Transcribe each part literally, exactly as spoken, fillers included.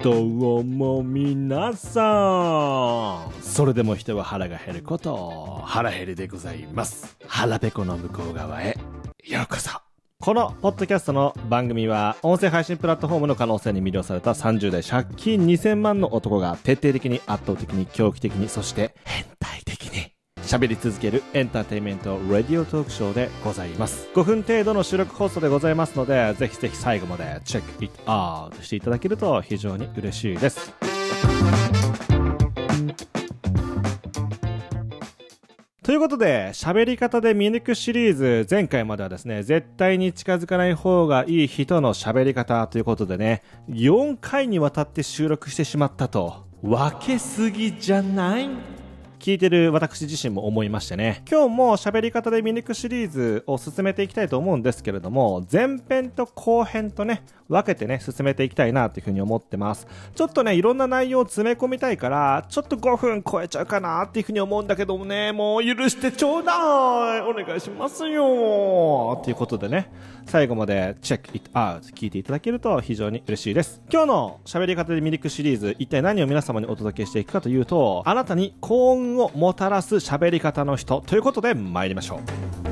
どうも皆さん、それでも人は腹が減ること腹減りでございます。腹ペコの向こう側へようこそ。このポッドキャストの番組は音声配信プラットフォームの可能性に魅了されたさんじゅう代借金にせんまんの男が徹底的に圧倒的に狂気的にそして変態的に喋り続けるエンターテインメントラディオトークショーでございます。ごふん程度の収録放送でございますので、ぜひぜひ最後までチェックイットアウトしていただけると非常に嬉しいです。ということで、喋り方で見抜くシリーズ、前回まではですね、絶対に近づかない方がいい人の喋り方ということでね、よんかいにわたって収録してしまったと。分けすぎじゃない？聞いてる私自身も思いましてね、今日も喋り方で見抜くシリーズを進めていきたいと思うんですけれども、前編と後編とね分けてね進めていきたいなというふうに思ってます。ちょっとねいろんな内容を詰め込みたいからちょっとごふん超えちゃうかなっていうふうに思うんだけどもね、もう許してちょうだい、お願いしますよということでね、最後までチェックイットアウト聞いていただけると非常に嬉しいです。今日の喋り方で見抜くシリーズ、一体何を皆様にお届けしていくかというと、あなたに幸運をもたらす喋り方の人ということで参りましょう。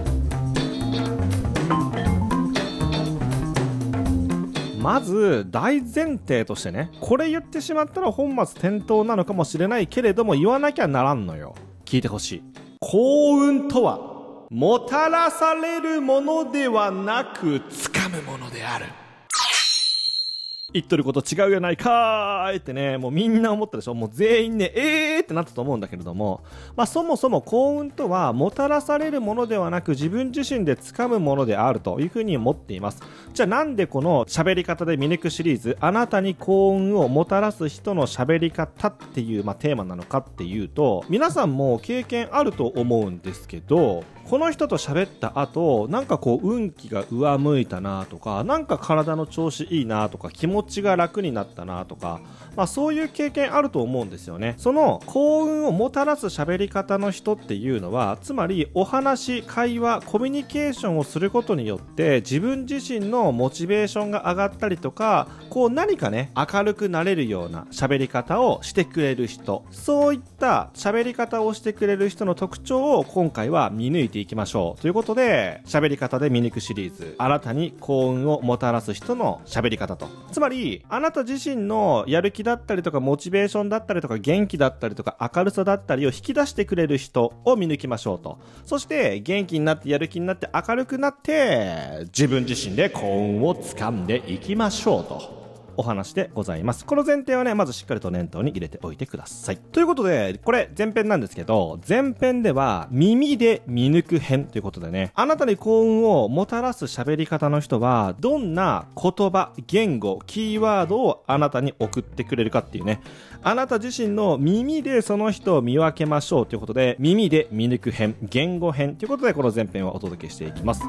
まず大前提としてね、これ言ってしまったら本末転倒なのかもしれないけれども言わなきゃならんのよ。聞いてほしい。幸運とはもたらされるものではなく掴むものである。言っとること違うやないかーいってね、もうみんな思ったでしょ。もう全員ね、えーってなったと思うんだけれども、まあそもそも幸運とはもたらされるものではなく自分自身で掴むものであるというふうに思っています。じゃあなんでこの喋り方で見抜くシリーズ、あなたに幸運をもたらす人の喋り方っていう、まあ、テーマなのかっていうと、皆さんも経験あると思うんですけど、この人と喋った後、なんかこう運気が上向いたなとか、なんか体の調子いいなとか、気持ちが楽になったなとか、まあそういう経験あると思うんですよね。その幸運をもたらす喋り方の人っていうのは、つまりお話、会話、コミュニケーションをすることによって自分自身のモチベーションが上がったりとか、こう何かね明るくなれるような喋り方をしてくれる人、そういった喋り方をしてくれる人の特徴を今回は見抜いていきましょうということで、喋り方で見抜くシリーズ、あなたに幸運をもたらす人の喋り方と、つまりあなた自身のやる気だったりとかモチベーションだったりとか元気だったりとか明るさだったりを引き出してくれる人を見抜きましょうと。そして元気になってやる気になって明るくなって自分自身で幸運を掴んでいきましょうとお話でございます。この前提はね、まずしっかりと念頭に入れておいてください。ということで、これ前編なんですけど、前編では耳で見抜く編ということでね、あなたに幸運をもたらす喋り方の人はどんな言葉、言語、キーワードをあなたに送ってくれるかっていうね、あなた自身の耳でその人を見分けましょうということで、耳で見抜く編、言語編ということで、この前編はお届けしていきます。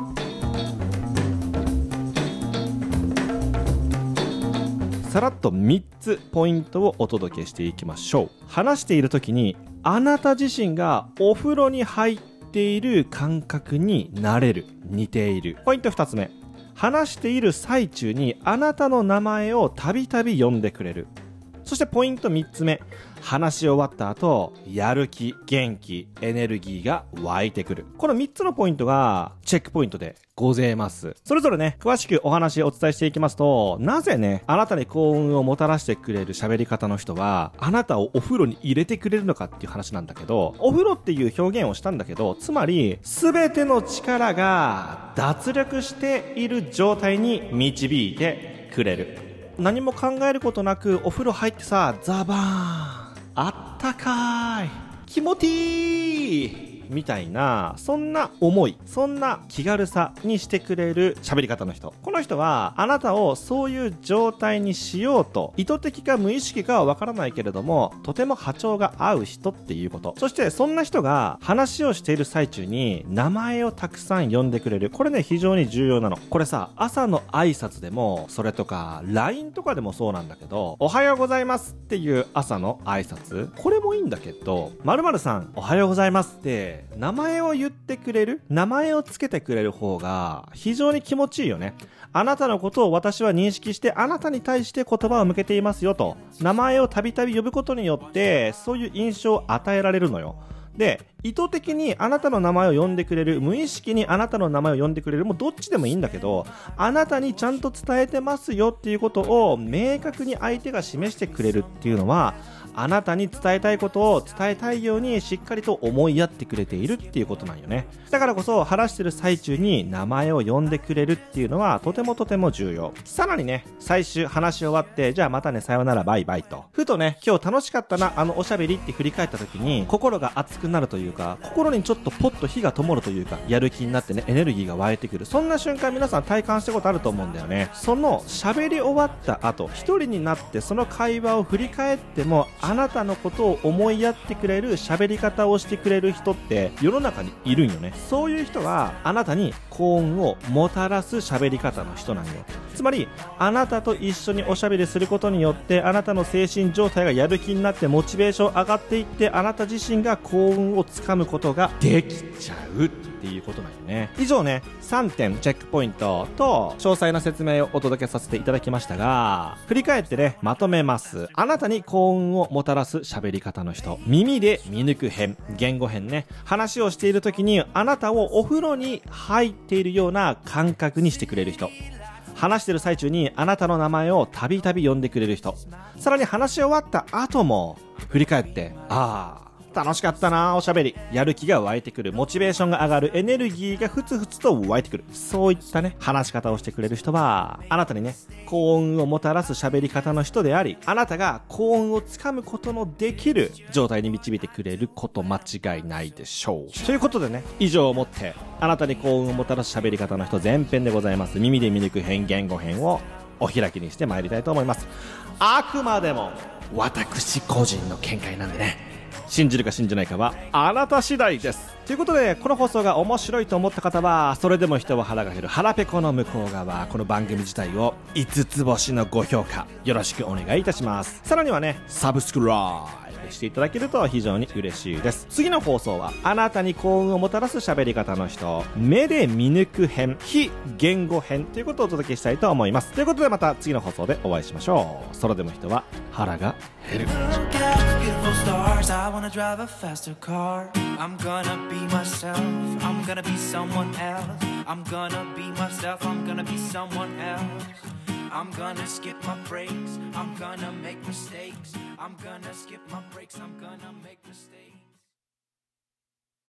さらっとみっつポイントをお届けしていきましょう。話している時にあなた自身がお風呂に入っている感覚になれる、似ている。ポイントふたつめ、話している最中にあなたの名前をたびたび呼んでくれる。そしてポイントみっつめ、話し終わった後、やる気、元気、エネルギーが湧いてくる。このみっつのポイントがチェックポイントでございます。それぞれね、詳しくお話をお伝えしていきますと、なぜね、あなたに幸運をもたらしてくれる喋り方の人は、あなたをお風呂に入れてくれるのかっていう話なんだけど、お風呂っていう表現をしたんだけど、つまり、すべての力が脱力している状態に導いてくれる。何も考えることなくお風呂入ってさ、ザバーン、あったかい、気持ちいいみたいな、そんな思い、そんな気軽さにしてくれる喋り方の人。この人はあなたをそういう状態にしようと、意図的か無意識かはわからないけれども、とても波長が合う人っていうこと。そしてそんな人が話をしている最中に名前をたくさん呼んでくれる。これね、非常に重要なの。これさ、朝の挨拶でも、それとか ライン とかでもそうなんだけど、おはようございますっていう朝の挨拶、これもいいんだけど、〇〇さんおはようございますってって名前を言ってくれる、名前をつけてくれる方が非常に気持ちいいよね。あなたのことを私は認識してあなたに対して言葉を向けていますよと、名前をたびたび呼ぶことによってそういう印象を与えられるのよ。で、意図的にあなたの名前を呼んでくれる、無意識にあなたの名前を呼んでくれる、もうどっちでもいいんだけど、あなたにちゃんと伝えてますよっていうことを明確に相手が示してくれるっていうのは、あなたに伝えたいことを伝えたいようにしっかりと思いやってくれているっていうことなんよね。だからこそ話してる最中に名前を呼んでくれるっていうのはとてもとても重要。さらにね、最終話し終わって、じゃあまたね、さようならバイバイと、ふとね、今日楽しかったなあのおしゃべりって振り返った時に心が熱くなるというか、心にちょっとポッと火が灯るというか、やる気になってね、エネルギーが湧いてくる、そんな瞬間皆さん体感したことあると思うんだよね。その喋り終わった後、一人になってその会話を振り返ってもあなたのことを思いやってくれる喋り方をしてくれる人って世の中にいるんよね。そういう人はあなたに幸運をもたらす喋り方の人なんよ。つまりあなたと一緒におしゃべりすることによってあなたの精神状態がやる気になってモチベーション上がっていって、あなた自身が幸運をつかむことができちゃうっていうことなんよね。以上ね、さんてんチェックポイントと詳細な説明をお届けさせていただきましたが、振り返ってね、まとめます。あなたに幸運をもたらす喋り方の人、耳で見抜く編、言語編ね。話をしている時にあなたをお風呂に入っているような感覚にしてくれる人、話してる最中にあなたの名前をたびたび呼んでくれる人、さらに話し終わった後も振り返って、ああ楽しかったなおしゃべり、やる気が湧いてくる、モチベーションが上がる、エネルギーがふつふつと湧いてくる、そういったね話し方をしてくれる人はあなたにね幸運をもたらす喋り方の人であり、あなたが幸運をつかむことのできる状態に導いてくれること間違いないでしょう。ということでね、以上をもってあなたに幸運をもたらす喋り方の人前編でございます。耳で見抜く編、言語編をお開きにしてまいりたいと思います。あくまでも私個人の見解なんでね、信じるか信じないかはあなた次第です。ということで、この放送が面白いと思った方は、それでも人は腹が減る腹ペコの向こう側、この番組自体をいつつ星のご評価よろしくお願いいたします。さらにはね、サブスクライブしていただけると非常に嬉しいです。次の放送はあなたに幸運をもたらす喋り方の人、目で見抜く編、非言語編ということをお届けしたいと思います。ということで、また次の放送でお会いしましょう。それでも人は腹が減る。 I wanna drive a faster car. I'm gonna be myself. I'm gonna be someone else. I'm gonna be myself. I'm gonna be someone else. I'm gonna skip my breaks. I'm gonna make mistakes. I'm gonna skip my breaks. I'm gonna make mistakes.